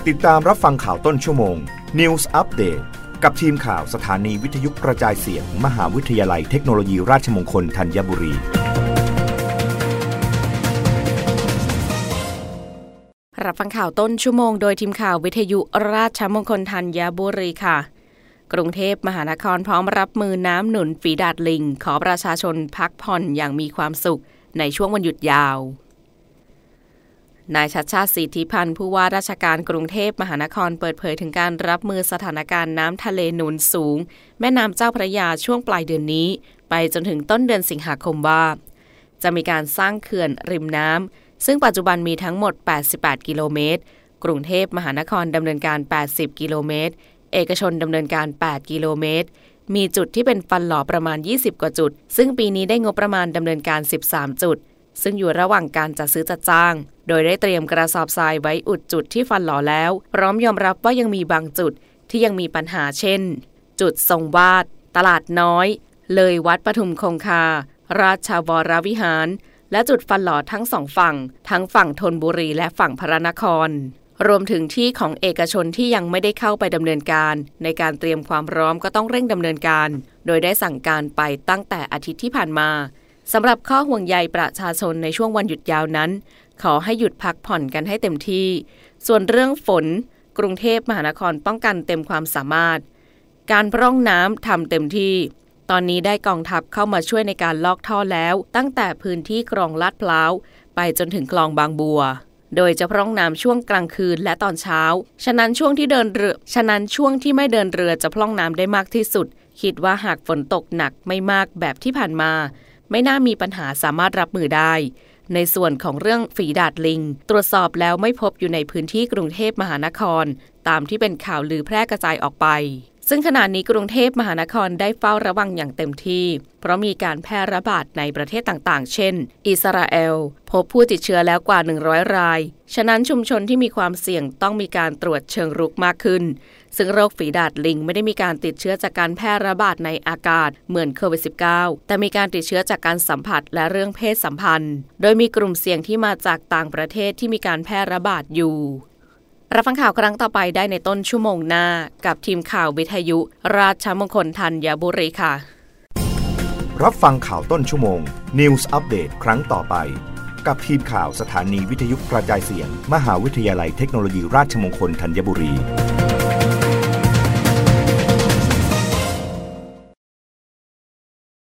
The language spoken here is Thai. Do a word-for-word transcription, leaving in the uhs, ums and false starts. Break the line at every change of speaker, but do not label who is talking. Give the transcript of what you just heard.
ติดตามรับฟังข่าวต้นชั่วโมง News Update กับทีมข่าวสถานีวิทยุกระจายเสียง มหาวิทยาลัยเทคโนโลยีราชมงคลธัญบุรี
รับฟังข่าวต้นชั่วโมงโดยทีมข่าววิทยุราชมงคลธัญบุรีค่ะกรุงเทพมหานครพร้อมรับมือน้ำหนุนฝีดาษลิงขอประชาชนพักผ่อนอย่างมีความสุขในช่วงวันหยุดยาวนายชัชชาติสิทธิพันธ์ผู้ว่าราชการกรุงเทพมหานครเปิดเผยถึงการรับมือสถานการณ์น้ำทะเลหนุนสูงแม่น้ำเจ้าพระยาช่วงปลายเดือนนี้ไปจนถึงต้นเดือนสิงหาคมว่าจะมีการสร้างเขื่อนริมน้ำซึ่งปัจจุบันมีทั้งหมดแปดสิบแปดกิโลเมตรกรุงเทพมหานครดำเนินการแปดสิบกิโลเมตรเอกชนดำเนินการแปดกิโลเมตรมีจุดที่เป็นฟันหล่อประมาณยี่สิบกว่าจุดซึ่งปีนี้ได้งบประมาณดำเนินการสิบสามจุดซึ่งอยู่ระหว่างการจัดซื้อจัดจ้างโดยได้เตรียมกระสอบทรายไว้อุดจุดที่ฟันหล่อแล้วพร้อมยอมรับว่ายังมีบางจุดที่ยังมีปัญหาเช่นจุดทรงวาดตลาดน้อยเลยวัดปทุมคงคาราชวรวิหารและจุดฟันหล่อทั้งสองฝั่งทั้งฝั่งธนบุรีและฝั่งพระนครรวมถึงที่ของเอกชนที่ยังไม่ได้เข้าไปดำเนินการในการเตรียมความพร้อมก็ต้องเร่งดำเนินการโดยได้สั่งการไปตั้งแต่อาทิตย์ที่ผ่านมาสำหรับข้อห่วงใยประชาชนในช่วงวันหยุดยาวนั้นขอให้หยุดพักผ่อนกันให้เต็มที่ส่วนเรื่องฝนกรุงเทพมหานครป้องกันเต็มความสามารถการพร่องน้ำทำเต็มที่ตอนนี้ได้กองทัพเข้ามาช่วยในการลอกท่อแล้วตั้งแต่พื้นที่คลองลาดพร้าวไปจนถึงคลองบางบัวโดยจะพร่องน้ำช่วงกลางคืนและตอนเช้าฉะนั้นช่วงที่เดินเรือฉะนั้นช่วงที่ไม่เดินเรือจะพร่องน้ำได้มากที่สุดคิดว่าหากฝนตกหนักไม่มากแบบที่ผ่านมาไม่น่ามีปัญหาสามารถรับมือได้ในส่วนของเรื่องฝีดาษลิงตรวจสอบแล้วไม่พบอยู่ในพื้นที่กรุงเทพมหานครตามที่เป็นข่าวลือแพร่กระจายออกไปซึ่งขณะนี้กรุงเทพมหานครได้เฝ้าระวังอย่างเต็มที่เพราะมีการแพร่ระบาดในประเทศต่างๆเช่นอิสราเอลพบผู้ติดเชื้อแล้วกว่าหนึ่งร้อยรายฉะนั้นชุมชนที่มีความเสี่ยงต้องมีการตรวจเชิงรุกมากขึ้นซึ่งโรคฝีดาษลิงไม่ได้มีการติดเชื้อจากการแพร่ระบาดในอากาศเหมือนโควิด สิบเก้า แต่มีการติดเชื้อจากการสัมผัสและเรื่องเพศสัมพันธ์โดยมีกลุ่มเสี่ยงที่มาจากต่างประเทศที่มีการแพร่ระบาดอยู่รับฟังข่าวครั้งต่อไปได้ในต้นชั่วโมงหน้ากับทีมข่าววิทยุราชมงคลธัญบุรีค่ะ
รับฟังข่าวต้นชั่วโมง News Update ครั้งต่อไปกับทีมข่าวสถานีวิทยุกระจายเสียง มหาวิทยาลัยเทคโนโลยีราชมงคลธัญบุรี